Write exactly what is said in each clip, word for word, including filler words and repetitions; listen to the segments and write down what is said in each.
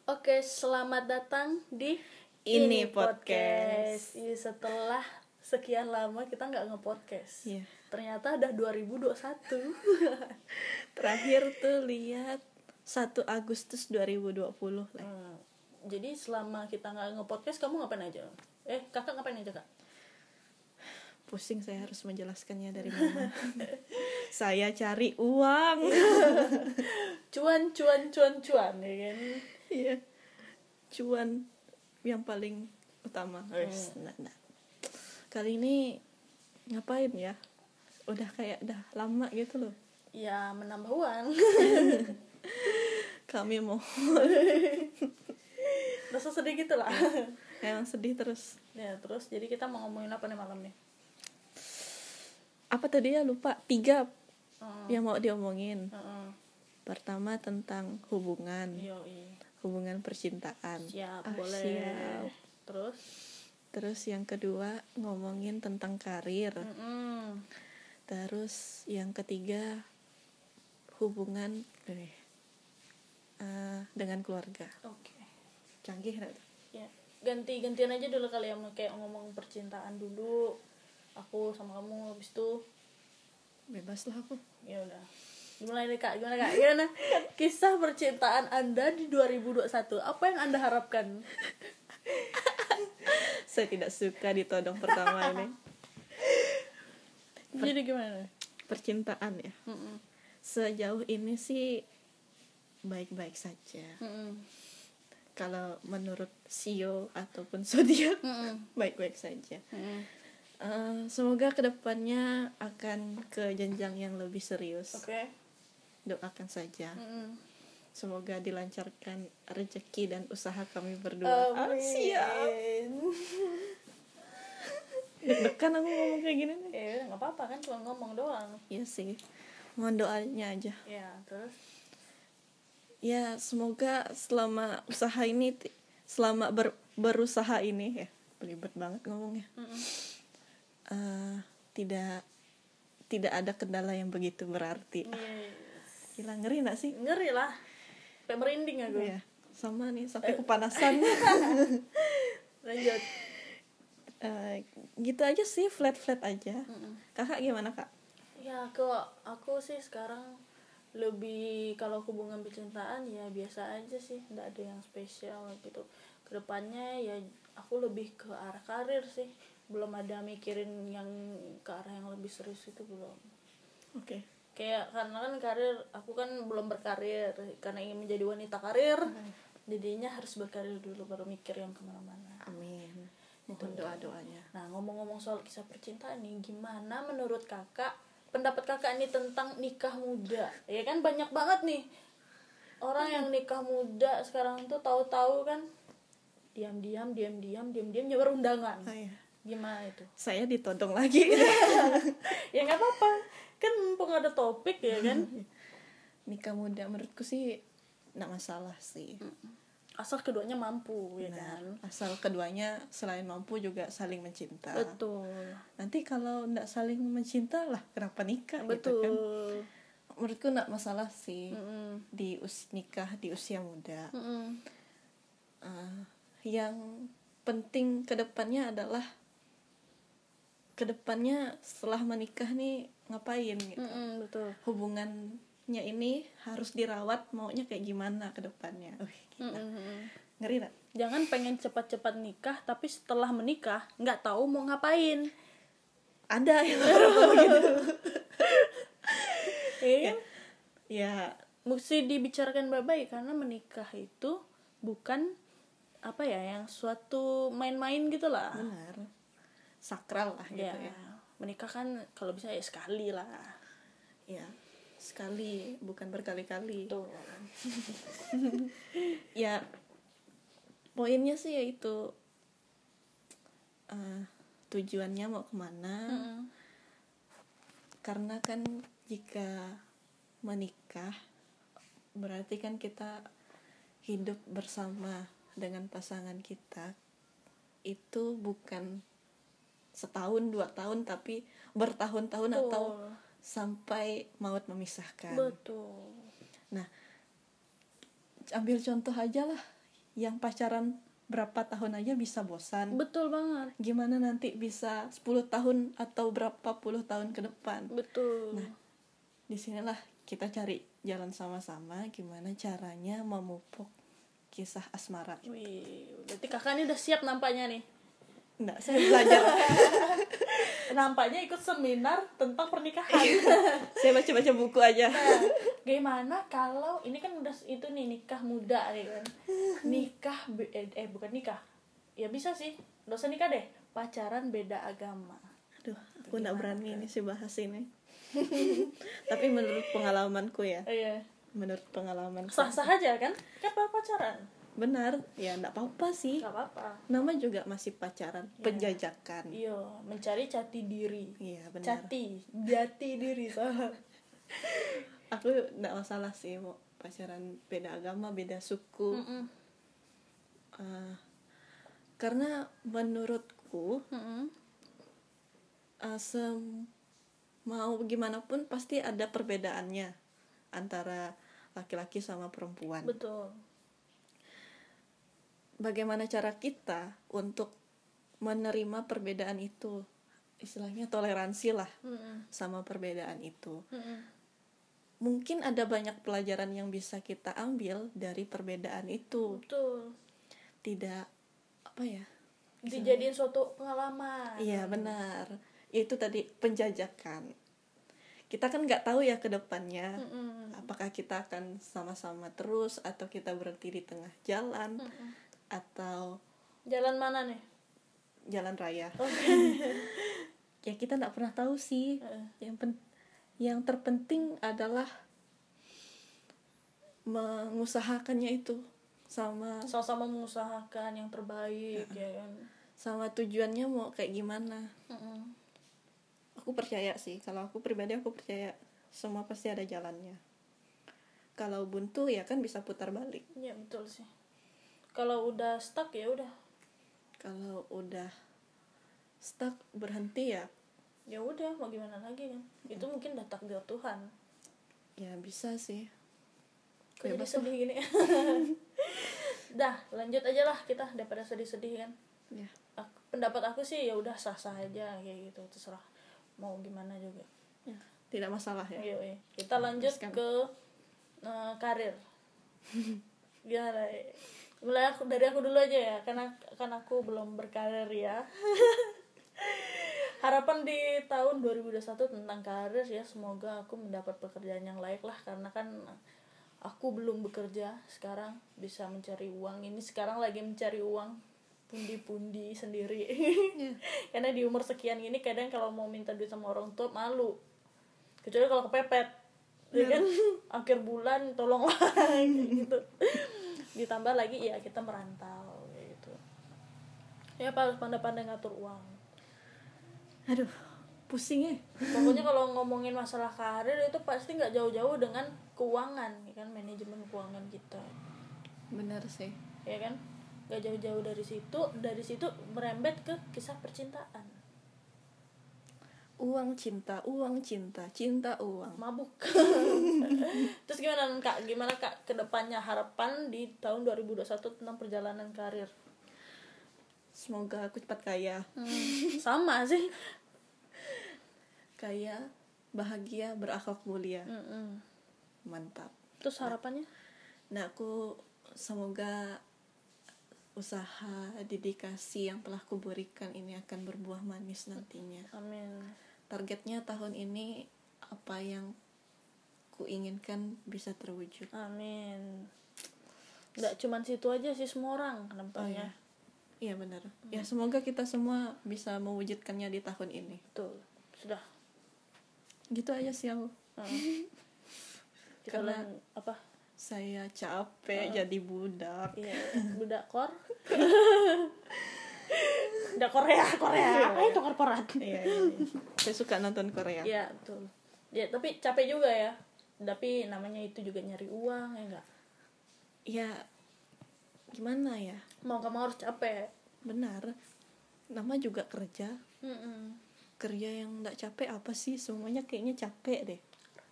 Oke, selamat datang di Ini Podcast. Iya, setelah sekian lama kita nggak nge-podcast. Iya. Ternyata udah dua ribu dua puluh satu. Terakhir tuh lihat satu Agustus dua ribu dua puluh lah. Hmm, jadi selama kita nggak nge-podcast, kamu ngapain aja? Eh, kakak ngapain aja, Kak? Pusing saya harus menjelaskannya dari mana. Saya cari uang. Cuan, cuan, cuan, cuan, ya kan? Iya. Cuan yang paling utama. Hmm. Nah, nah. Kali ini ngapain ya? Udah kayak udah lama gitu loh. Ya, menambah uang. Kami mau Rasa sedih gitu lah. emang sedih terus. Ya, terus jadi kita mau ngomongin apa nih malam nih? Apa tadi ya, lupa. Tiga Hmm. yang mau diomongin. Heeh. Pertama tentang hubungan. Yoi. Hubungan percintaan. Siap, Ah, boleh. siap. Terus? Terus yang kedua ngomongin tentang karir. Mm-mm. Terus yang ketiga hubungan eh, uh, dengan keluarga. Oke. Canggih nggak tuh? Ya, ganti-gantian aja dulu kali ya, kayak ngomong percintaan dulu. Aku sama kamu, habis itu Bebas lah aku. ya udah. Dimulai deh, Kak. Gimana, Kak? Gimana? Kisah percintaan Anda di dua ribu dua puluh satu. Apa yang Anda harapkan? Saya tidak suka ditodong pertama ini. Jadi gimana? Percintaan ya. Mm-mm. Sejauh ini sih baik-baik saja. Mm-mm. Kalau menurut Sio ataupun Zodiac Mm-mm. baik-baik saja. Mm-mm. Uh, semoga kedepannya akan ke jenjang yang lebih serius. Oke. Doakan saja. Mm-mm. Semoga dilancarkan rezeki dan usaha kami berdua. Ah, siap. Deg-degan aku ngomong kayak gini nih. Ya, nggak apa-apa kan, cuma ngomong doang. Iya sih. Mohon doanya aja. Ya, terus? Ya, semoga selama usaha ini, selama ber, berusaha ini ya, belibet banget ngomongnya. Mm-mm. Uh, tidak tidak ada kendala yang begitu berarti. Yes. Gila, ngeri gak sih? Ngeri lah. Sampai merinding aku. Ya, sama nih, sampai kepanasan. Lanjut. Uh, gitu aja sih, flat-flat aja. Mm-mm. Kakak gimana, Kak? Ya, aku aku sih sekarang lebih, kalau hubungan percintaan ya biasa aja sih, nggak ada yang spesial gitu. Kedepannya ya aku lebih ke arah karir sih, belum ada mikirin yang ke arah yang lebih serius itu, belum. Oke. Okay. Kayak karena kan karir, aku kan belum berkarir karena ingin menjadi wanita karir. Hmm. Jadinya harus berkarir dulu baru mikir yang kemana-mana. Amin. Mohon doa-doanya. Nah, ngomong-ngomong soal kisah percintaan nih, gimana menurut kakak, pendapat kakak nih tentang nikah muda? Ya kan banyak banget nih orang yang nikah muda sekarang tuh, tahu-tahu kan diam-diam, diam-diam, diam-diam nyebar undangan. Oh, iya. Gimana itu? Saya ditodong lagi. Ya nggak apa-apa, kan mumpung ada topik ya kan. Nikah muda menurutku sih nggak masalah sih. Asal keduanya mampu ya nah, kan. Asal keduanya selain mampu juga saling mencinta. Betul. Nanti kalau nggak saling mencinta lah kenapa nikah? Betul. Gitu kan. Menurutku nggak masalah sih. Mm-mm. Di us nikah di usia muda. Mm-mm. Uh, yang penting kedepannya adalah kedepannya setelah menikah nih ngapain gitu. Mm-mm, betul. Hubungannya ini harus dirawat, maunya kayak gimana kedepannya. Uh, Mm-mm. Ngeri gak? Jangan pengen cepat-cepat nikah tapi setelah menikah nggak tahu mau ngapain. Ada yang begitu. Ya, ya mesti dibicarakan baik-baik karena menikah itu bukan apa ya, yang suatu main-main gitu lah. benar, sakral lah gitu Ya, ya. menikah kan kalau bisa ya sekali lah. Ya, sekali bukan berkali-kali. Tuh. Ya, poinnya sih yaitu uh, tujuannya mau kemana. Mm-mm. Karena kan jika menikah berarti kan kita hidup bersama dengan pasangan kita, itu bukan setahun dua tahun tapi bertahun-tahun. Betul. Atau sampai maut memisahkan. Betul. Nah, ambil contoh aja lah yang pacaran berapa tahun aja bisa bosan. Betul banget. Gimana nanti bisa sepuluh tahun atau berapa puluh tahun ke depan. Betul. Nah, disinilah kita cari jalan sama-sama gimana caranya memupuk kisah asmara. Wih, berarti kakak ini udah siap nampaknya nih. Enggak, saya belajar. Nampaknya ikut seminar tentang pernikahan. Saya baca-baca buku aja. Nah, gimana kalau ini kan udah itu nih nikah muda nih kan. Nikah be- eh, eh bukan nikah. Ya bisa sih. Nggak usah nikah deh. Pacaran beda agama. Aduh, aku nggak berani ini sih bahas ini. Tapi menurut pengalamanku ya. Oh, iya. Menurut pengalamanku. Sah-sah aja kan? Kan pacaran. Benar, ya nggak apa-apa sih. Nggak apa-apa. Nama juga masih pacaran, penjajakan. Iya, mencari jati diri. Iya, benar. Jati, jati diri salah. Aku nggak masalah sih mau pacaran beda agama, beda suku. Mm-mm. Uh, karena menurutku Mm-mm. uh, sem- mau gimana pun pasti ada perbedaannya antara laki-laki sama perempuan. Betul. Bagaimana cara kita untuk menerima perbedaan itu, istilahnya toleransi lah Mm-mm. sama perbedaan itu. Mm-mm. Mungkin ada banyak pelajaran yang bisa kita ambil dari perbedaan itu. Betul. Tidak apa ya, Dijadiin suatu pengalaman. iya benar, itu tadi penjajakan. Kita kan nggak tahu ya ke depannya. Mm-mm. Apakah kita akan sama-sama terus atau kita berhenti di tengah jalan. Mm-mm. Atau Jalan mana nih? jalan raya. Oh. Ya kita nggak pernah tahu sih. Uh. Yang pen- yang terpenting adalah mengusahakannya itu sama Sama-sama mengusahakan yang terbaik ya kan. sama tujuannya mau kayak gimana. Mm-mm. Aku percaya sih, kalau aku pribadi aku percaya semua pasti ada jalannya. Kalau buntu ya kan bisa putar balik. Iya betul sih. Kalau udah stuck ya udah. Kalau udah stuck berhenti ya Ya udah mau gimana lagi kan. Itu mungkin udah takdir Tuhan. ya bisa sih. Kok jadi Bebas sedih gini. Dah lanjut aja lah kita daripada sedih-sedih kan. Ya. Ak- pendapat aku sih ya udah sah-sah aja kayak gitu, terserah mau gimana juga. Ya, tidak masalah ya. Iya, iya. Kita lanjut Teruskan. ke uh, karir. Gimana? Mulai aku dari aku dulu aja ya, karena kan aku belum berkarir ya. Harapan di tahun dua ribu dua puluh satu tentang karir ya, semoga aku mendapat pekerjaan yang layak lah, karena kan aku belum bekerja sekarang, bisa mencari uang. Ini sekarang lagi mencari uang pundi-pundi sendiri. Yeah. Karena di umur sekian ini kadang kalau mau minta duit sama orang tua malu, kecuali kalau kepepet, ya kan akhir bulan tolonglah gitu. Ditambah lagi ya kita merantau gitu. Ya harus pandai-pandai ngatur uang. Aduh, pusing ya. Pokoknya kalau ngomongin masalah karir itu pasti nggak jauh-jauh dengan keuangan, ya kan, manajemen keuangan kita. Benar sih. Ya kan? Nggak jauh-jauh dari situ, dari situ merembet ke kisah percintaan. Uang cinta, uang cinta, cinta uang. Mabuk. Terus gimana Kak? Gimana Kak kedepannya harapan di tahun dua ribu dua puluh satu tentang perjalanan karir? Semoga aku cepat kaya. Hmm, sama sih. Kaya, bahagia, berakhlak mulia. Mm-mm. Mantap. Terus harapannya? Nah, aku semoga usaha dedikasi yang telah kuberikan ini akan berbuah manis nantinya. Amin. Targetnya tahun ini apa yang kuinginkan bisa terwujud. Amin. Nggak cuman situ aja sih, semua orang Oh, nampaknya. iya. Iya benar. Ya semoga kita semua bisa mewujudkannya di tahun ini. Betul. Sudah. Gitu aja sih aku. Heeh. Kita Karena- lan- apa? Saya capek jadi budak. Iya, budak kor. Budak Korea, Korea. Apa itu korporat? Iya, iya, iya. Saya suka nonton Korea. Iya, betul. Ya, tapi capek juga ya. Tapi namanya itu juga nyari uang, ya enggak? Ya gimana ya? Mau kamu harus capek. Benar. Nama juga kerja. Mm-mm. Kerja yang nggak capek apa sih? Semuanya kayaknya capek deh.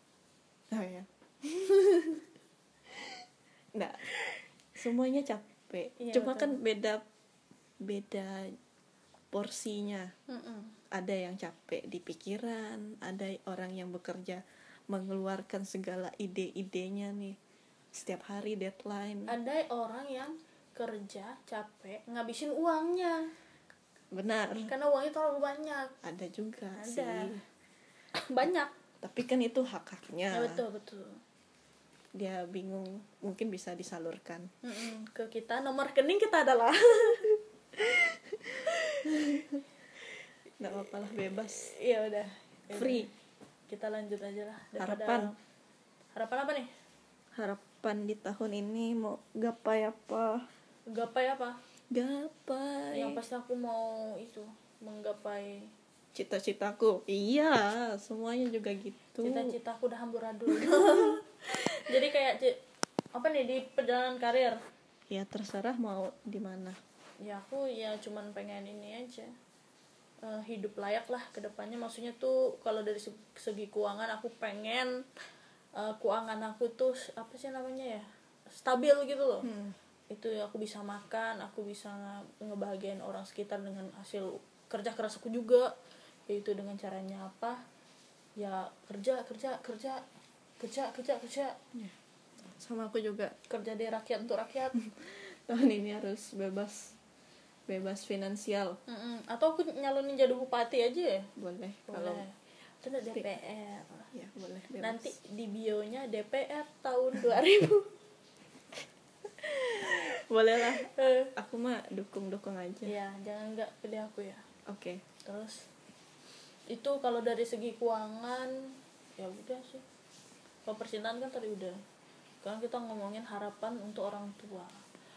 Oh ya. Nggak. Semuanya capek. capek. Iya, Cuma betul. kan beda beda porsinya. Mm-mm. Ada yang capek di pikiran, ada orang yang bekerja mengeluarkan segala ide-idenya nih. Setiap hari deadline. Ada orang yang kerja capek ngabisin uangnya Benar. karena uangnya terlalu banyak. Ada juga Ada. sih. Banyak. Tapi kan itu hak-haknya. Ya, betul betul. Dia bingung, mungkin bisa disalurkan. Mm-mm. Ke kita nomor rekening kita adalah Nggak apa-apa lah, bebas. ya udah Free. kita lanjut aja lah. Harapan. Harapan apa nih? Harapan di tahun ini mau gapai apa? Gapai apa? Gapai Yang pasti aku mau itu menggapai cita-citaku. Iya, semuanya juga gitu. cita-citaku udah amburadul. Jadi kayak ci- apa nih di perjalanan karir? Ya terserah mau di mana. Ya aku ya cuman pengen ini aja. Eh, hidup layak lah ke depannya. Maksudnya tuh kalau dari se- segi keuangan aku pengen eh, keuangan aku tuh apa sih namanya ya? Stabil gitu loh. Hmm. Itu aku bisa makan, aku bisa nge- ngebahagiain orang sekitar dengan hasil kerja keras aku juga. Yaitu dengan caranya apa? Ya kerja, kerja, kerja, kerja, kerja, kerja. Ya. Sama aku juga. Kerja dari rakyat untuk rakyat. Tahun ini harus bebas bebas finansial. Mm-mm. Atau aku nyalonin jadi bupati aja ya? Boleh kalau Boleh. Itu udah D P R. ya boleh bebas. Nanti di bio-nya D P R tahun dua ribu. Boleh lah. Eh, Aku mah dukung-dukung aja. ya, jangan nggak pilih aku ya. Oke. Terus itu kalau dari segi keuangan ya udah sih. Kalau percintaan kan tadi udah. Sekarang kita ngomongin harapan untuk orang tua.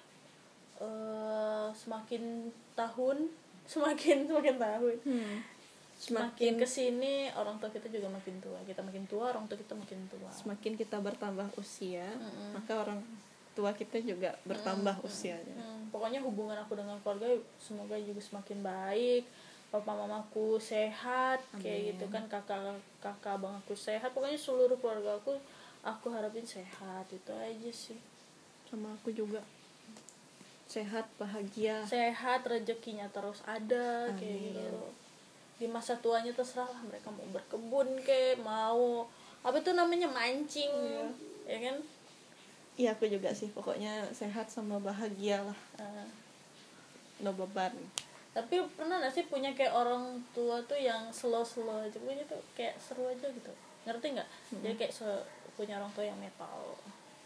Eh, semakin tahun, semakin semakin tahun, Hmm. semakin Semakin kesini orang tua kita juga makin tua. Kita makin tua, orang tua kita makin tua. semakin kita bertambah usia, Mm-mm. maka orang tua kita juga bertambah usianya. Hmm, pokoknya hubungan aku dengan keluarga semoga juga semakin baik. Papa mamaku sehat, kayak Amin. gitu kan, kakak kakak abang aku sehat. Pokoknya seluruh keluarga aku aku harapin sehat, itu aja sih. Sama aku juga. Sehat, bahagia. Sehat, rezekinya terus ada, kayak Amin. gitu. Di masa tuanya terserah lah mereka mau berkebun kayak mau apa itu namanya mancing, ya kan? Iya aku juga sih, pokoknya sehat sama bahagia lah, Nah, no beban. tapi pernah gak sih punya kayak orang tua tuh yang slow-slow aja, punya tuh kayak seru aja gitu, ngerti nggak? Jadi kayak se- punya orang tua yang metal.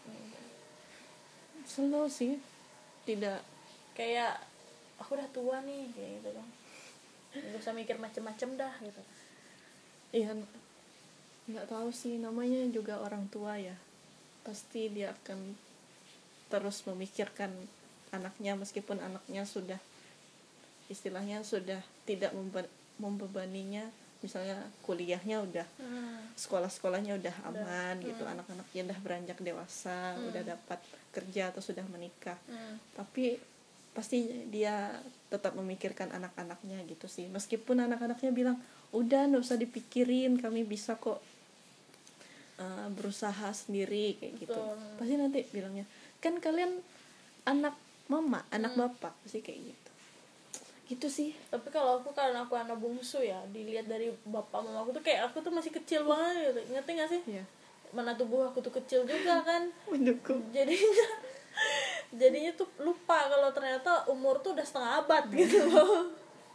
Slow sih, tidak. Kayak aku udah tua nih kayak gitu kan, nggak usah mikir macem-macem dah gitu. Iya, nggak tahu sih, namanya juga orang tua ya, pasti dia akan terus memikirkan anaknya meskipun anaknya sudah istilahnya sudah tidak membe- membebaninya, misalnya kuliahnya udah, Hmm. sekolah-sekolahnya udah aman Udah. gitu, Hmm. anak-anaknya udah beranjak dewasa, Hmm. udah dapat kerja atau sudah menikah, Hmm. tapi pasti dia tetap memikirkan anak-anaknya gitu sih, meskipun anak-anaknya bilang udah nggak usah dipikirin, kami bisa kok uh, berusaha sendiri kayak gitu. Betul. Pasti nanti bilangnya kan kalian anak mama, anak Hmm. bapak, pasti kayak gitu gitu sih. Tapi kalau aku karena aku anak bungsu ya, dilihat dari bapak mama aku tuh kayak aku tuh masih kecil banget gitu, ngerti nggak sih? Iya, Mana tubuh aku tuh kecil juga kan, mendukung. jadinya jadinya tuh lupa kalau ternyata umur tuh udah setengah abad gitu loh.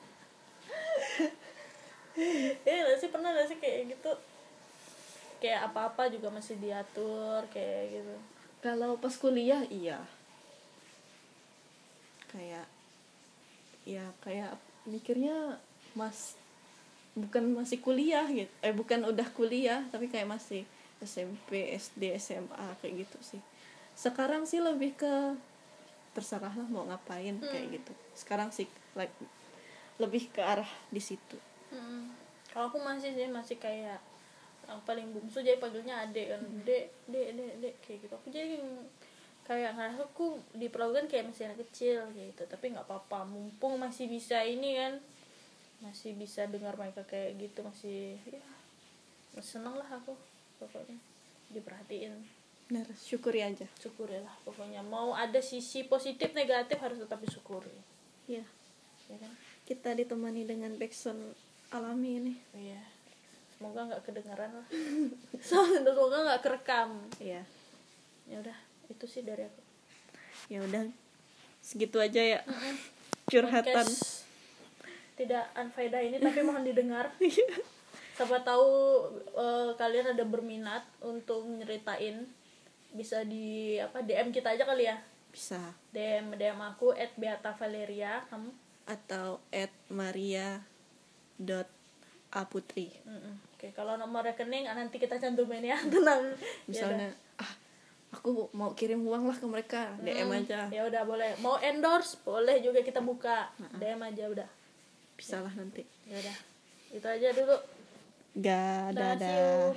Iya gak sih, pernah gak sih kayak gitu, kayak apa-apa juga masih diatur kayak gitu. Kalau pas kuliah iya, kayak ya kayak mikirnya mas bukan masih kuliah gitu, eh bukan udah kuliah tapi kayak masih S M P, S D, S M A kayak gitu sih. Sekarang sih lebih ke terserah lah mau ngapain kayak gitu. Sekarang sih like lebih ke arah di situ. Hmm. Kalau aku masih sih masih kayak yang paling bungsu, jadi panggilnya adek kan, dek dek dek dek kayak gitu. Aku jadi kayak ngerasa aku diperlakukan kayak masih anak kecil gitu, tapi nggak apa-apa, mumpung masih bisa ini kan, masih bisa dengar mereka kayak gitu, masih ya masih seneng lah aku pokoknya diperhatiin. Benar, syukuri aja. Syukurilah pokoknya, mau ada sisi positif negatif harus tetap disyukuri. Iya. Ya kan? Kita ditemani dengan backsound alami ini. Iya. Semoga nggak kedengaran lah. Semoga nggak kerekam. Iya. Ya udah, itu sih dari aku. Ya udah, segitu aja ya. Curhatan. Podcast tidak unfaedah ini tapi mohon didengar. Siapa tahu uh, kalian ada berminat untuk nyeritain, bisa di apa D M kita aja kali ya. Bisa. D M D M aku at beata valeria, kamu atau at maria dot aputri. Oke, kalau nomor rekening nanti kita cantumin ya, tenang. Misalnya ah aku mau kirim uang lah ke mereka, D M hmm, aja. Ya udah boleh. Mau endorse boleh juga, kita buka. Uh-uh. D M aja udah. Bisa lah nanti. Ya udah. Itu aja dulu. Gak dadah.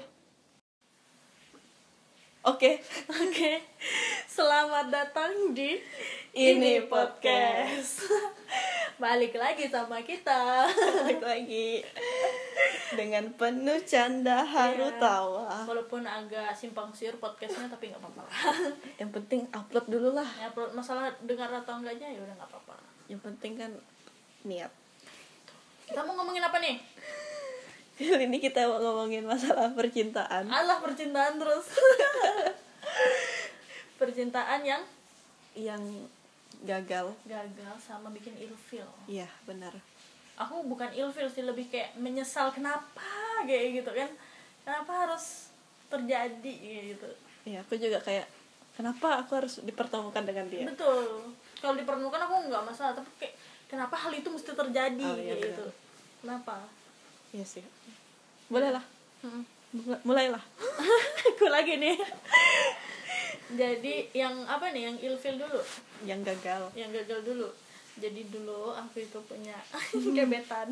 Oke, oke. Selamat datang di ini podcast. Balik lagi sama kita. Balik lagi dengan penuh canda haru yeah. tawa. Walaupun agak simpang siur podcastnya tapi nggak apa-apa. Yang penting upload dulu lah. Ya, upload. Masalah dengar atau enggaknya ya udah nggak apa-apa. Yang penting kan niat. Kita mau ngomongin apa nih? Kali ini kita mau ngomongin masalah percintaan. Alah, percintaan terus. Percintaan yang yang gagal. Gagal sama bikin ilfil. Iya, benar. Aku bukan ilfil sih, lebih kayak menyesal kenapa kayak gitu kan. Kenapa harus terjadi gitu. Iya, aku juga kayak kenapa aku harus dipertemukan dengan dia. Betul. Kalau dipertemukan aku nggak masalah, tapi kayak kenapa hal itu mesti terjadi oh, iya, gitu. Benar. Kenapa? Iya sih. Bolehlah. Hmm. Mulailah. Aku lagi nih. Jadi yang apa nih, yang ilfil dulu, yang gagal. Yang gagal dulu. Jadi dulu aku itu punya gebetan.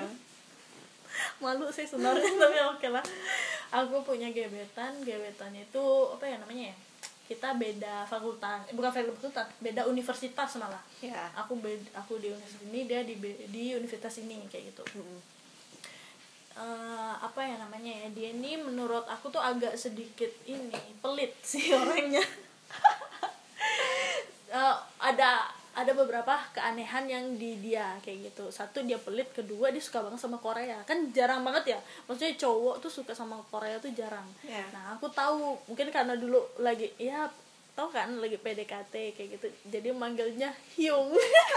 Malu sih sebenarnya tapi oke lah. Aku punya gebetan, gebetan itu apa ya namanya ya? Kita beda fakultas, bukan fakultas, beda universitas malah. Ya. Aku beda, aku di universitas ini, dia di di universitas ini kayak gitu. Hmm. Uh, apa ya namanya ya, dia ini menurut aku tuh agak sedikit ini pelit sih orangnya. uh, ada ada beberapa keanehan yang di dia kayak gitu. Satu, dia pelit. Kedua, dia suka banget sama Korea. Kan jarang banget ya, maksudnya cowok tuh suka sama Korea tuh jarang. Yeah. Nah aku tahu mungkin karena dulu lagi ya tau kan lagi P D K T kayak gitu, jadi manggilnya Hyung.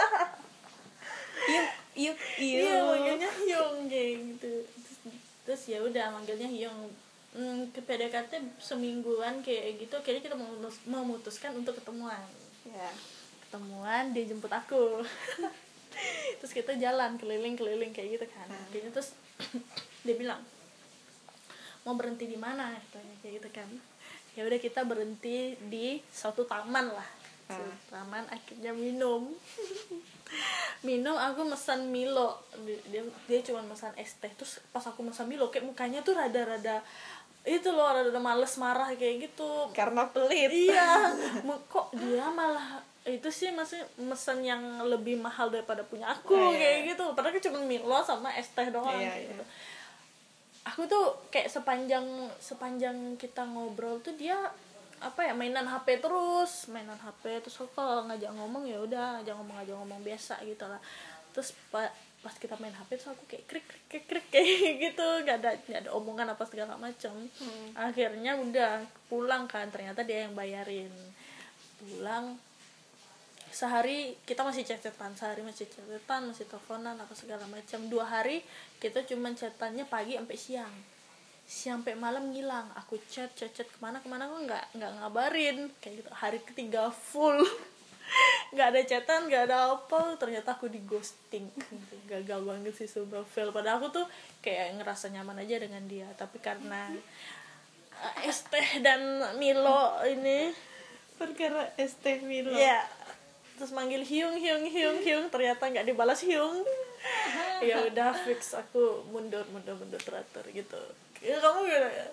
Yuk yuk iya manggilnya Hyung kayak gitu. Terus ya udah manggilnya Hyung. Hmm, ke P D K T semingguan kayak gitu, kayaknya kita memutuskan untuk ketemuan. Ya. Ketemuan, dia jemput aku. Terus kita jalan keliling-keliling kayak gitu kan. Hmm. Kayaknya terus dia bilang, "Mau berhenti di mana?" katanya kayak gitu kan. Ya udah, kita berhenti di suatu taman lah. Hmm. Suatu taman, akhirnya minum. Minum, aku pesan Milo, dia dia cuma pesan es teh. Terus pas aku pesan Milo kayak mukanya tuh rada-rada itu loh, rada-rada males, marah kayak gitu karena pelit. Iya. Kok dia malah itu sih masih mesen yang lebih mahal daripada punya aku. Oh, kayak iya. gitu. Padahal cuma Milo sama es teh doang. Iya, gitu. Iya. Aku tuh kayak sepanjang sepanjang kita ngobrol tuh dia apa ya, mainan H P terus, mainan H P terus kalau ngajak ngomong ya udah ngajak ngomong ngajak ngomong biasa gitu lah. Terus pa, pas kita main H P terus aku kayak krik krik krik, krik kayak gitu, gak ada gak ada omongan apa segala macam. Hmm. Akhirnya udah pulang kan, ternyata dia yang bayarin. Pulang sehari kita masih chat-chatan, sehari masih chat-chatan, masih teleponan apa segala macam. Dua hari kita cuma chatannya pagi sampai siang. Siang sampai malam ngilang, aku chat chat chat kemana kemana kok nggak nggak ngabarin kayak gitu. Hari ketiga full nggak ada chatan, nggak ada apa, ternyata aku di ghosting. Gagal banget sih, super fail. Padahal aku tuh kayak ngerasa nyaman aja dengan dia, tapi karena uh, es teh dan Milo ini, perkara es teh Milo ya, terus manggil Hyung Hyung Hyung Hyung, ternyata nggak dibalas Hyung. Ya udah fix aku mundur mundur mundur teratur gitu. Ya kamu gimana ya?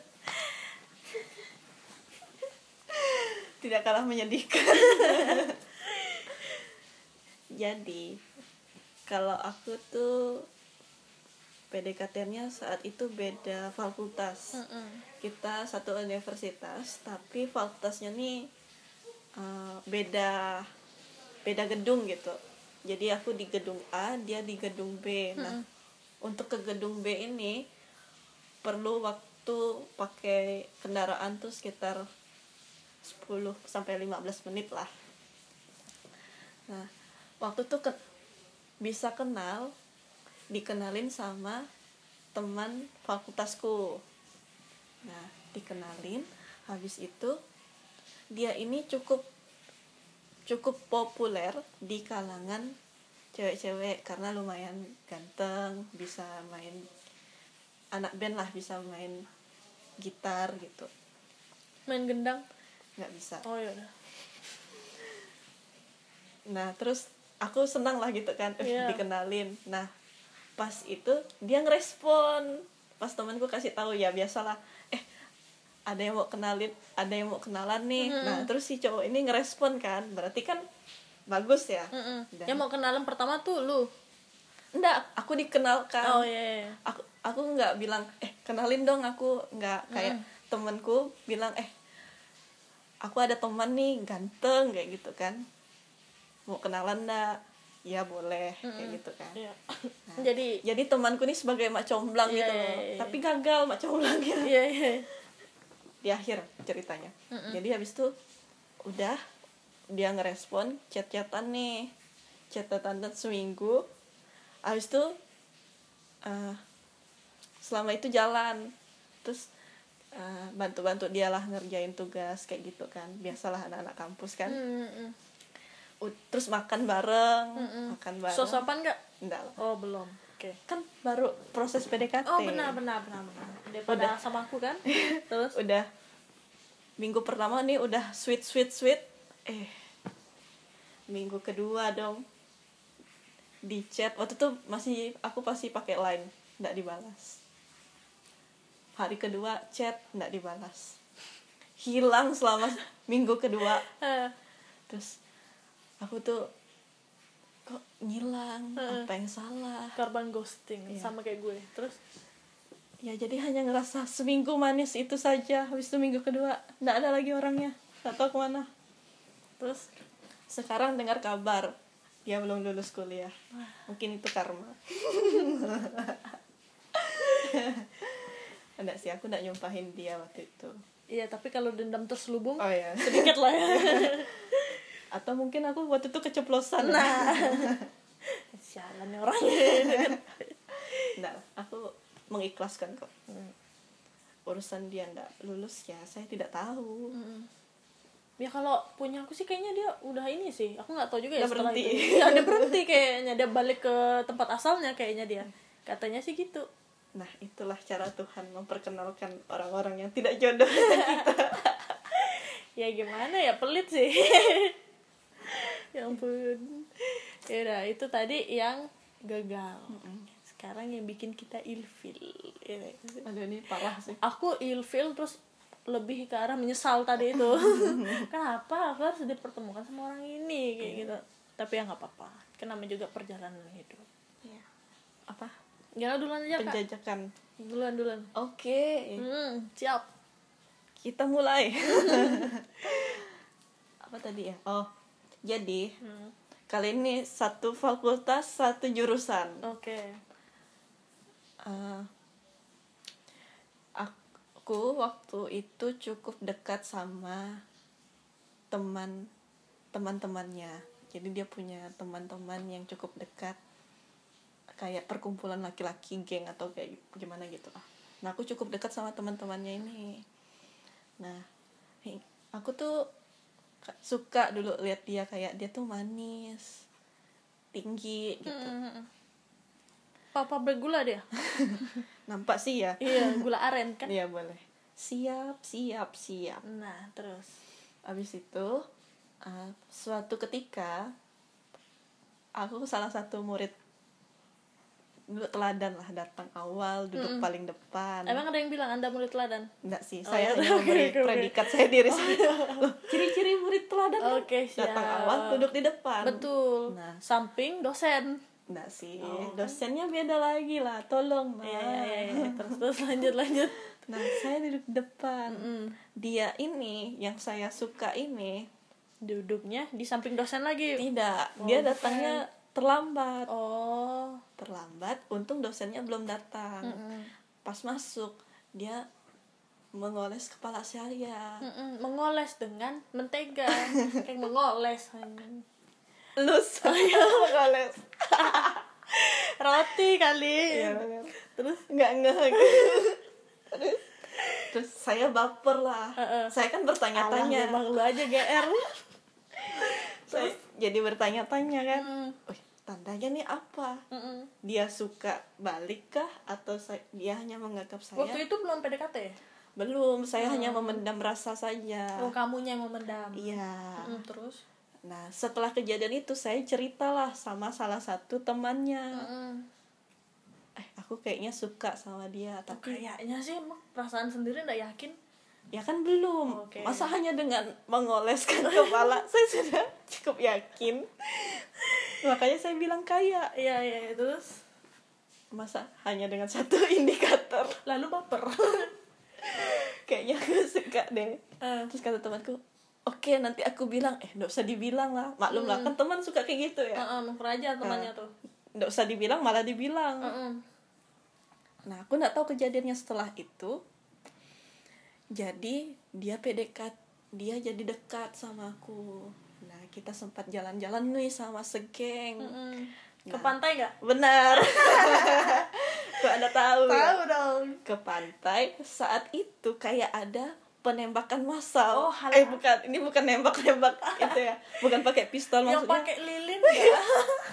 Tidak kalah menyedihkan. Jadi kalau aku tuh P D K T-nya saat itu beda fakultas. Mm-mm. Kita satu universitas tapi fakultasnya nih uh, beda beda gedung gitu. Jadi aku di gedung A, dia di gedung B. Nah, Mm-mm. untuk ke gedung B ini perlu waktu pakai kendaraan tuh sekitar sepuluh sampai lima belas menit lah. Nah, waktu tuh ke, bisa kenal, dikenalin sama teman fakultasku. Nah, dikenalin, habis itu dia ini cukup cukup populer di kalangan cewek-cewek karena lumayan ganteng, bisa main anak band lah, bisa main gitar gitu. Main gendang? Nggak bisa. Oh ya udah. Nah, terus aku senang lah gitu kan, Yeah. dikenalin. Nah, pas itu dia ngerespon. Pas temanku kasih tahu, ya biasalah, eh ada yang mau kenalin, ada yang mau kenalan nih. Mm-hmm. Nah, terus si cowok ini ngerespon kan, berarti kan bagus ya. Mm-mm. Dan- Yang mau kenalan pertama tuh lu. Enggak, aku dikenalkan. Oh iya. Yeah. Aku aku nggak bilang, eh kenalin dong, aku nggak kayak Mm. temanku bilang, eh aku ada teman nih ganteng kayak gitu kan, mau kenalan nggak? Ya boleh. Mm-mm. Kayak gitu kan. Iya. Nah, Jadi jadi temanku nih sebagai mak comblang Iya, gitu iya, loh, iya. tapi gagal mak comblangnya iya iya. di akhir ceritanya. Mm-mm. Jadi habis itu udah dia ngerespon chat-chatan nih, chat-chatan seminggu. Habis itu uh, selama itu jalan, terus uh, bantu-bantu dia lah ngerjain tugas kayak gitu kan, biasalah anak-anak kampus kan. Mm-mm. U- terus makan bareng, Mm-mm. makan bareng. Sosopan nggak? Enggak lah, Oh belum. Oke. kan baru proses P D K T. Oh benar benar benar benar. Daripada Udah. sama aku kan. Terus Udah minggu pertama nih udah sweet sweet sweet, eh minggu kedua dong di chat, waktu itu masih aku pasti pakai line, nggak dibalas. Hari kedua chat nggak dibalas, hilang selama minggu kedua. eh, Terus aku tuh kok ngilang, Heeh. apa yang salah korban ghosting Iya. sama kayak gue. Terus ya, jadi hanya ngerasa seminggu manis itu saja. Habis itu minggu kedua nggak ada lagi orangnya, nggak tahu kemana. Terus sekarang dengar kabar dia belum lulus kuliah, mungkin itu karma. Enggak sih, aku nggak nyumpahin dia waktu itu. iya tapi kalau dendam terselubung Oh ya, sedikit lah ya. atau mungkin aku waktu itu keceplosan. Nah, sialan nih orangnya. Nggak, aku mengikhlaskan kok. Hmm. Urusan dia nggak lulus ya saya tidak tahu. Mm-mm. Ya kalau punya aku sih kayaknya dia udah ini sih. Aku nggak tahu juga ya Udah setelah berhenti. itu. Ya, dia berhenti kayaknya, dia balik ke tempat asalnya kayaknya dia. Katanya sih gitu. Nah, itulah cara Tuhan memperkenalkan orang-orang yang tidak jodoh. Ya gimana ya, pelit sih. Ya ampun. Ya udah, itu tadi yang gagal. Sekarang yang bikin kita ilfil. Ya. Aduh, ini parah sih. Aku ilfil terus lebih ke arah menyesal tadi itu. Kenapa aku harus dipertemukan sama orang ini kayak gitu. Tapi ya nggak apa-apa, kan namanya juga perjalanan hidup. Iya. Apa? Ya duluan aja kak. Penjajakan. Duluan duluan. Oke, Hmm, siap. kita mulai. Apa tadi ya? Oh, jadi Hmm. kali ini satu fakultas, satu jurusan. Oke. Eh, aku waktu itu cukup dekat sama teman teman-temannya. Jadi dia punya teman-teman yang cukup dekat, kayak perkumpulan laki-laki, geng atau kayak gimana gitu lah. Nah, aku cukup dekat sama teman-temannya ini. Nah, hi- aku tuh ka- suka dulu lihat dia, kayak dia tuh manis, tinggi gitu. Hmm. Papa bergula dia. Nampak sih ya. Iya, gula aren kan. Iya, boleh. Siap, siap, siap. Nah, terus. Habis itu uh, suatu ketika aku salah satu murid dulu teladan lah, datang awal, duduk Mm-mm. paling depan. Emang ada yang bilang Anda murid teladan? Enggak sih, Oh, saya ya, hanya oke, memberi oke, oke. predikat saya diri saya. Loh, ciri-ciri murid teladan kan Oke, siap. datang awal, duduk di depan. Betul. Nah, Samping dosen. Enggak sih, Oh, kan? dosennya beda lagi lah, tolong lah. Iya iya iya, iya. Terus terus lanjut lanjut. Nah, saya duduk depan. Mm-mm. Dia ini, yang saya suka ini, Duduknya di samping dosen lagi. tidak. Oh, Dia bukan. datangnya terlambat. Oh. Terlambat, untung dosennya belum datang. Mm-mm. Pas masuk, dia mengoles kepala saya. Mm-mm. Mengoles dengan mentega. Kayak mengoles. anjing. Lus, mengoles. Roti kali. Iya benar. Terus Enggak, enggak. Terus, terus saya baper lah. Uh-uh. Saya kan Alah, bertanya-tanya. memang lu aja G R. Saya jadi bertanya-tanya kan. Mm. Wih, tandanya nih apa? Mm-mm. Dia suka balik kah atau saya, dia hanya menganggap saya? Waktu itu belum P D K T ya? Belum, saya Hmm. hanya memendam rasa saja. Oh, kamunya yang memendam. Iya. Mm, terus? Nah, setelah kejadian itu saya ceritalah sama salah satu temannya. Mm-mm. Eh, aku kayaknya suka sama dia, tapi Kayaknya sih emang perasaan sendiri nggak yakin. ya kan belum. Oke. Masa hanya dengan mengoleskan kepala saya sudah cukup yakin. Makanya saya bilang kaya. Iya iya iya. Terus Masa hanya dengan satu indikator. lalu baper. Kayaknya aku suka deh. Eh, Terus kata temanku, oke nanti aku bilang. Eh, nggak usah dibilang lah. Maklum lah, kan teman suka kayak gitu ya. uh-uh, memperaja temannya tuh. Nggak usah dibilang, malah dibilang. Uh-uh. Nah, aku nggak tahu kejadiannya setelah itu. Jadi dia P D K, dia jadi dekat sama aku. Nah, kita sempat jalan-jalan nih sama segeng. Mm-mm. Ke Nah. pantai nggak? Benar. Kok Anda tahu? ya? Tahu dong. Ke pantai. Saat itu kayak ada penembakan massal. Oh, hal- eh bukan, ini bukan nembak-nembak itu ya. Bukan pakai pistol Yang maksudnya. pakai lilin nggak?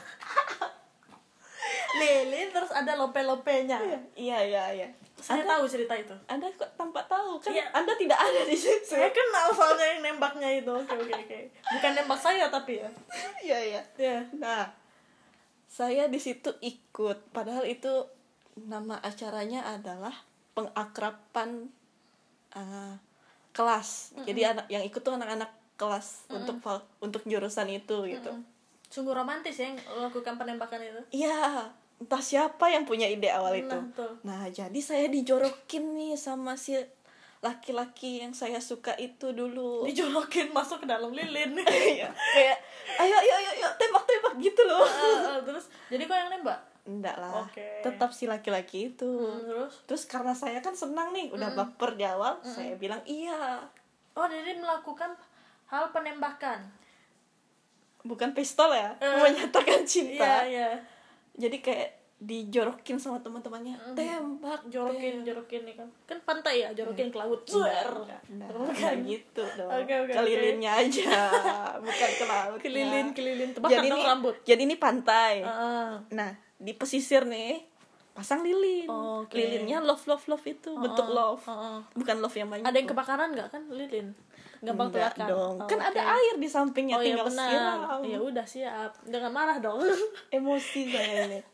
Lilin terus ada lope-lopenya. Iya, iya, iya. Saya Anda, tahu cerita itu. Anda kok tampak tahu kan? Iya. Anda tidak ada di situ. Saya kenal soalnya yang nembaknya itu. Oke oke oke. Bukan nembak saya tapi ya. Iya, iya. Ya. Nah, saya di situ ikut. Padahal itu nama acaranya adalah pengakraban uh, kelas. Mm-mm. Jadi anak yang ikut tuh anak-anak kelas. Mm-mm. untuk val- untuk jurusan itu gitu. Mm-mm. Sungguh romantis ya yang melakukan penembakan itu. Iya, entah siapa yang punya ide awal Nah, itu. tuh. Nah, jadi saya dijorokin nih sama si laki-laki yang saya suka itu dulu. Dijolokin masuk ke dalam lilin. Iya, kayak ayo ayo ayo, ayo tembak-tembak gitu loh. Uh, uh, terus jadi kok yang nembak? Enggak lah. Oke. Tetap si laki-laki itu. Hmm, terus? Terus karena saya kan senang nih, udah Mm-mm. baper di awal, saya bilang iya. Oh, jadi melakukan hal penembakan. Bukan pistol ya, Eh. menyatakan Iya, cinta. iya. Jadi kayak dijorokin sama teman-temannya, tembak, Jorokin, tembak. jorokin nih kan. Kan pantai ya, jorokin ke laut. Enggak, Zuer. enggak, enggak, Bukan. enggak gitu dong. Oke, oke, ke oke. lilinnya aja, bukan ke laut. Kelilin, kelilin. Tebak Jadi kantong ini rambut. Jadi ini pantai. Ah. Nah, di pesisir nih pasang lilin. Oh, oke. Lilinnya love love love itu, bentuk love. Uh-uh. Bukan love yang banyak. Ada yang kebakaran nggak kan lilin? Gampang Enggak terbakar. dong. Oh, Kan oke. ada air di sampingnya, Oh iya tinggal benar. siram. Ya udah siap. Jangan marah dong. Emosi saya ini.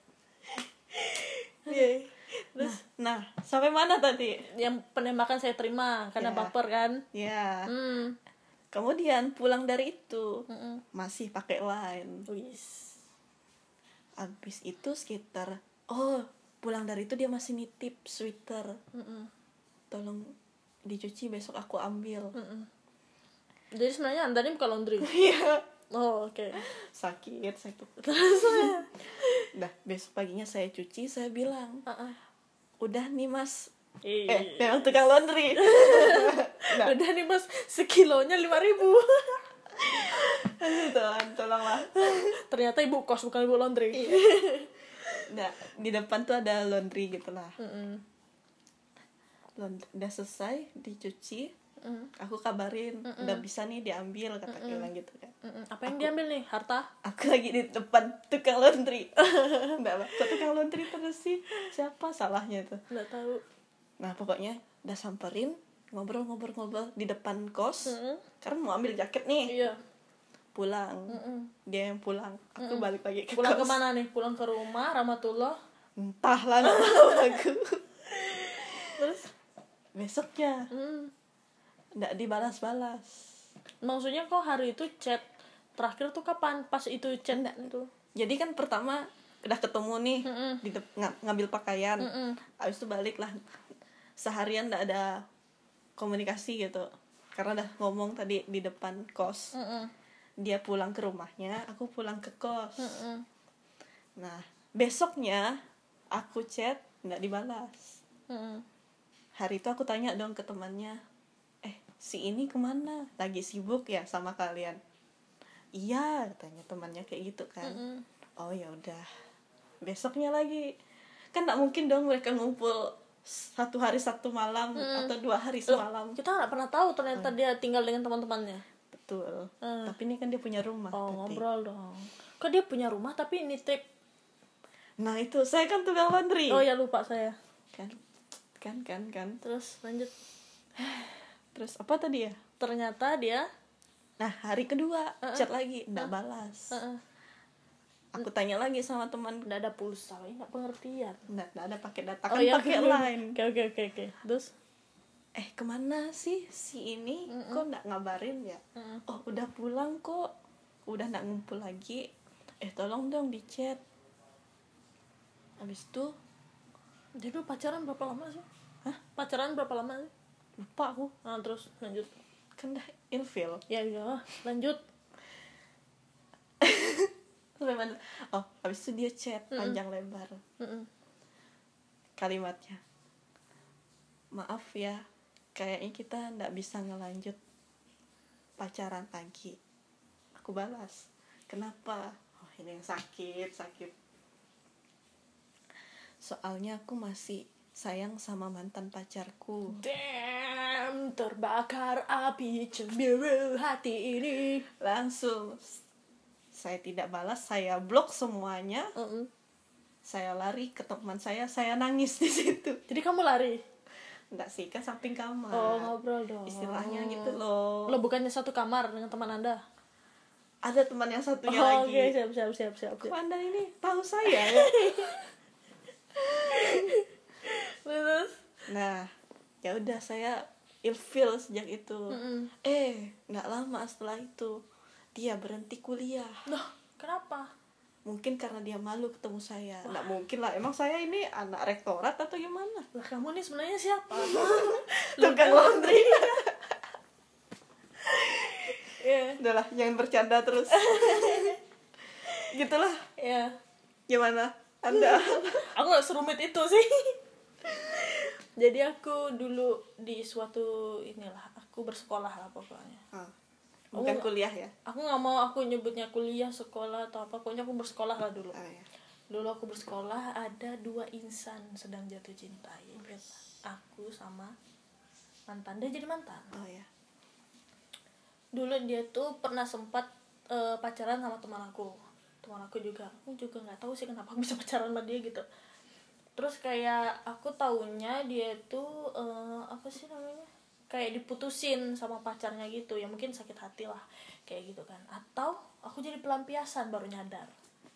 Iya. Terus nah, sampai mana tadi? Yang penembakan saya terima karena Ya. baper kan. Ya. Hmm. Kemudian pulang dari itu Mm-mm. masih pakai line. Wis. Habis itu sekitar oh, pulang dari itu dia masih nitip sweater. Mm-mm. Tolong dicuci besok aku ambil. Mm-mm. Jadi sebenarnya Anda ini bukan laundry. Iya. Oh, oke. Sakit, sakit. Terus Dah, besok paginya saya cuci, saya bilang, uh-uh. "Udah nih, Mas." Eh, Eh, memang tukang laundry. Nah, udah nih Mas, sekilonya lima ribu. Tuhan, tolonglah. Ternyata ibu kos bukan ibu laundry. Nah, di depan tuh ada laundry gitu lah. Mm-mm. Laundry, udah selesai dicuci, Mm. aku kabarin, udah bisa nih diambil, kata dia bilang gitu kan. Mm-mm. Apa yang diambil nih? Harta? Aku lagi di depan tukang laundry. Enggak, Pak. Kok tukang laundry terus sih? Siapa salahnya itu? Nggak tahu. Nah, pokoknya udah samperin, ngobrol-ngobrol-ngobrol di depan kos. Mm-mm. Karena mau ambil jaket nih. Iya. Pulang. Mm-mm. Dia yang pulang. Aku balik lagi ke Pulang kos. kemana nih? Pulang ke rumah Rahmatullah. Entahlah, nggak tahu aku. Terus? Besoknya Mm. nggak dibalas-balas. Maksudnya kok hari itu chat terakhir tuh kapan? Pas itu chat itu. Jadi kan pertama udah ketemu nih Mm-mm. di dep- ng- ngambil pakaian. Mm-mm. Habis itu balik lah, seharian nggak ada komunikasi gitu karena udah ngomong tadi di depan kos. Mm-mm. Dia pulang ke rumahnya, aku pulang ke kos. Mm-mm. Nah besoknya aku chat nggak dibalas. Mm-mm. Hari itu aku tanya dong ke temannya, eh si ini kemana, lagi sibuk ya sama kalian? Iya katanya temannya kayak gitu kan. Mm-mm. Oh ya udah, besoknya lagi kan nggak mungkin dong mereka ngumpul satu hari satu malam Mm. atau dua hari Loh, semalam. kita nggak pernah tahu ternyata dia tinggal dengan teman-temannya. Betul. Mm. Tapi ini kan dia punya rumah. Oh, tadi. ngobrol dong. Kok dia punya rumah tapi nitip. Nah itu saya kan tukang laundry. Oh ya, lupa saya. Kan, kan, kan, kan. Terus lanjut. Terus apa tadi ya? Ternyata dia Nah hari kedua Uh-uh. chat lagi, nggak balas. uh-uh, Aku tanya lagi sama teman, nggak ada pulsa, ini nggak pengertian. nggak nggak ada pakai data Oh kan ya, pakai oke. line. Oke oke oke oke. Terus Eh kemana sih si ini? Mm-mm. Kok nggak ngabarin ya? Mm-mm. Oh udah pulang kok, udah nggak ngumpul lagi. Eh tolong dong di chat. Habis itu jadi lu pacaran berapa lama sih? Hah? Pacaran berapa lama sih? lupa aku, Nah, terus lanjut. kan dah ilfil. Ya udah, lanjut. Lebar. Oh habis itu dia chat Mm-mm. panjang lebar. Mm-mm. Kalimatnya, maaf ya, kayaknya kita nggak bisa ngelanjut pacaran lagi. Aku balas, kenapa? Oh ini yang sakit sakit. Soalnya aku masih sayang sama mantan pacarku. Damn, terbakar api cembiru hati ini. Langsung saya tidak balas, saya blok semuanya. Mm-mm. Saya lari ke teman saya, saya nangis di situ. Jadi kamu lari? Enggak sih, kan samping kamar. Oh, ngobrol dong. Istilahnya gitu loh. Lo bukannya satu kamar dengan teman Anda? Ada teman yang satunya Oh, lagi. oke, siap siap siap siap. Kok siap. Anda ini tahu saya ya? Terus? Nah, ya udah saya ilfil sejak itu. Mm-mm. Eh, nggak lama setelah itu dia berhenti kuliah. Loh, kenapa? Mungkin karena dia malu ketemu saya. Nggak mungkin lah. Emang saya ini anak rektorat atau gimana? Lah kamu nih sebenarnya siapa? Tukang laundry. Iya. Udahlah, jangan bercanda terus. Gitulah. Iya. Gimana? Anda? Aku gak serumit itu sih. Jadi aku dulu di suatu inilah, aku bersekolah lah pokoknya. Ah, bukan Oh, kuliah ya? Aku nggak mau aku nyebutnya kuliah, sekolah atau apa, pokoknya aku bersekolah lah dulu. Ah, ya. Dulu aku bersekolah, ada dua insan sedang jatuh cinta, ya. Aku sama mantan, dia jadi mantan. Oh ya. Dulu dia tuh pernah sempat eh, pacaran sama teman aku. Teman aku juga, aku juga nggak tahu sih kenapa aku bisa pacaran sama dia gitu. Terus kayak aku taunya dia tuh eh, apa sih namanya, kayak diputusin sama pacarnya gitu, ya mungkin sakit hati lah kayak gitu kan, atau aku jadi pelampiasan baru nyadar.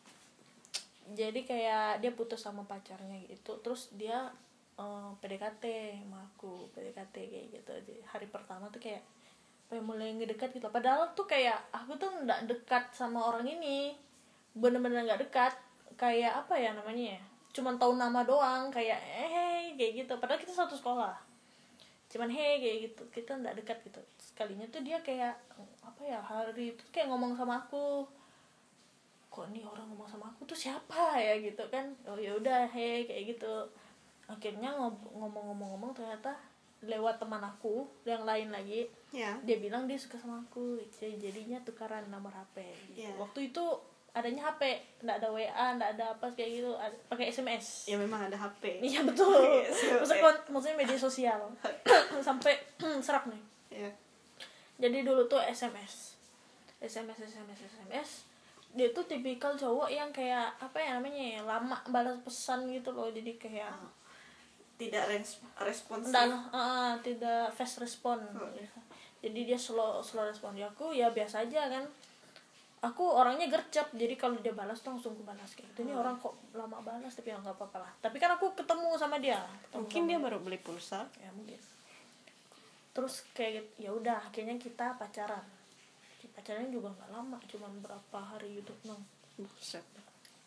Jadi kayak dia putus sama pacarnya gitu, terus dia eh, P D K T sama aku, P D K T kayak gitu. Jadi hari pertama tuh kayak kayak mulai ngedekat gitu, padahal tuh kayak aku tuh nggak dekat sama orang ini, bener-bener nggak dekat, kayak apa ya namanya ya, cuman tahu nama doang, kayak eh hey, kayak gitu, padahal kita satu sekolah, cuman hey kayak gitu, kita nggak dekat gitu. Sekalinya tuh dia kayak apa ya, hari itu kayak ngomong sama aku, kok nih orang ngomong sama aku tuh siapa ya gitu kan. Oh ya udah hey kayak gitu. Akhirnya ngob- ngomong-ngomong-ngomong ternyata lewat teman aku yang lain lagi, Ya. dia bilang dia suka sama aku, jadi jadinya tukaran nomor H P gitu. Yeah. Waktu itu adanya H P, nggak ada W A, nggak ada apa kayak gitu, ada- pakai S M S. Ya memang ada H P. Iya betul. Yes, Maksudnya, okay. kon- maksudnya media sosial. Sampai serak nih. Ya. Jadi dulu tuh S M S. S M S, S M S, S M S. Dia tuh tipikal cowok yang kayak apa ya namanya ya, lama balas pesan gitu loh. Jadi kayak Oh. Tidak res- responsif. dan uh, tidak fast respon. Oh. Jadi dia slow slow respon. Ya aku ya biasa aja kan. Aku orangnya gercep, jadi kalau dia balas tuh langsung aku balas kayak gitu. Ini Hmm. orang kok lama balas, tapi ya nggak apa-apa lah. Tapi kan aku ketemu sama dia. Ketemu Mungkin sama dia baru beli pulsa. ya mungkin. Terus kayak gitu, ya udah akhirnya kita pacaran. Pacarannya juga nggak lama, cuma berapa hari gitu, nang. Buset.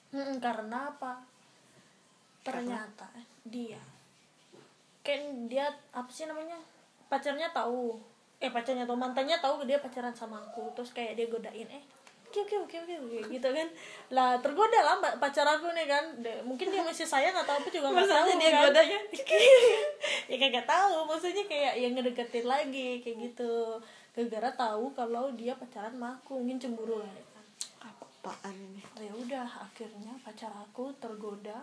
Mm-mm, karena apa, ternyata dia kan dia apa sih namanya, pacarnya tahu, eh pacarnya tahu, mantannya tahu dia pacaran sama aku, terus kayak dia godain, eh oke oke oke oke oke gitu kan, lah tergoda lah mbak pacar aku nih kan. De, mungkin dia masih sayang atau apa juga nggak tahu dia kan. godanya Ya kagak tahu, maksudnya kayak yang ngedeketin lagi kayak gitu, gara-gara tahu kalau dia pacaran sama aku, mungkin cemburu lah ya kan. apaan ini. Ya udah akhirnya pacar aku tergoda,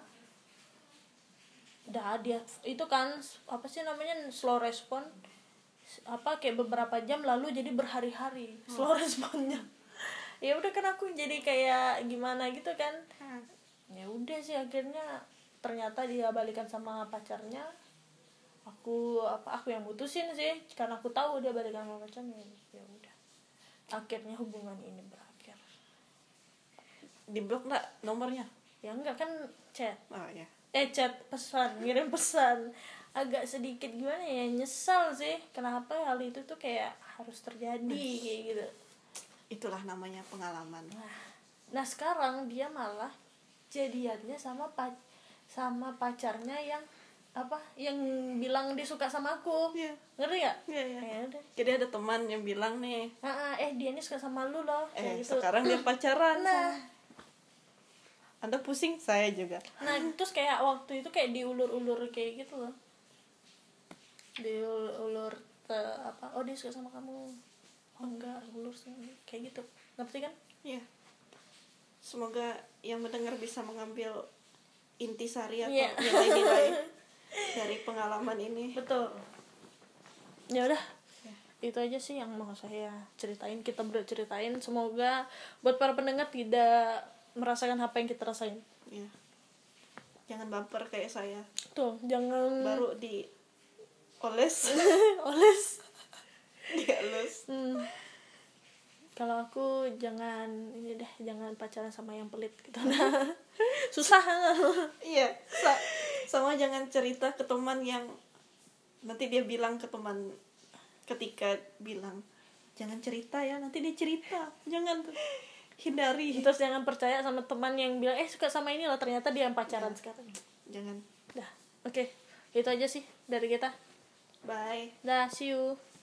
dah dia itu kan apa sih namanya slow respon, apa kayak beberapa jam lalu jadi berhari-hari slow responnya. Ya udah kan aku jadi kayak gimana gitu kan. Ya udah sih akhirnya ternyata dia balikan sama pacarnya, aku apa aku yang mutusin sih karena aku tahu dia balikan sama pacarnya. Ya udah akhirnya hubungan ini berakhir. Di blok nggak nomornya? Ya enggak kan chat, Oh ya. eh chat pesan, ngirim pesan, agak sedikit gimana ya, nyesal sih kenapa hal itu tuh kayak harus terjadi kayak gitu. Itulah namanya pengalaman. Nah, nah sekarang dia malah jadiannya sama pac sama pacarnya yang apa, yang bilang dia suka sama aku. Iya. Ngerti gak? Iya, iya. Ya udah. Jadi ada teman yang bilang nih, Ah, ah, eh dia ini suka sama lu loh eh kayak gitu. sekarang dia pacaran. Nah, Anda pusing, saya juga. nah terus kayak waktu itu kayak diulur-ulur kayak gitu loh, diulur ke apa, oh dia suka sama kamu, oh enggak, ulur sih kayak gitu, ngerti kan? Iya. Semoga yang mendengar bisa mengambil intisari atau Iya. nilai-nilai dari pengalaman ini. Betul. Ya udah, itu aja sih yang mau saya ceritain, kita berceritain. Semoga buat para pendengar tidak merasakan apa yang kita rasain. Ya. Jangan baper kayak saya. Tuh, jangan Baru di oles, oles. dielus. Hmm. Kalau aku jangan ini deh, jangan pacaran sama yang pelit gitu. Nah, susah. Iya, sa- sama jangan cerita ke teman yang nanti dia bilang ke teman ketika bilang jangan cerita ya, nanti dia cerita. Jangan tuh. Hindari. Terus jangan percaya sama teman yang bilang eh suka sama ini loh, ternyata dia yang pacaran Ya. sekarang. Jangan. Dah, oke. Itu aja sih dari kita. Bye. Dah, see you.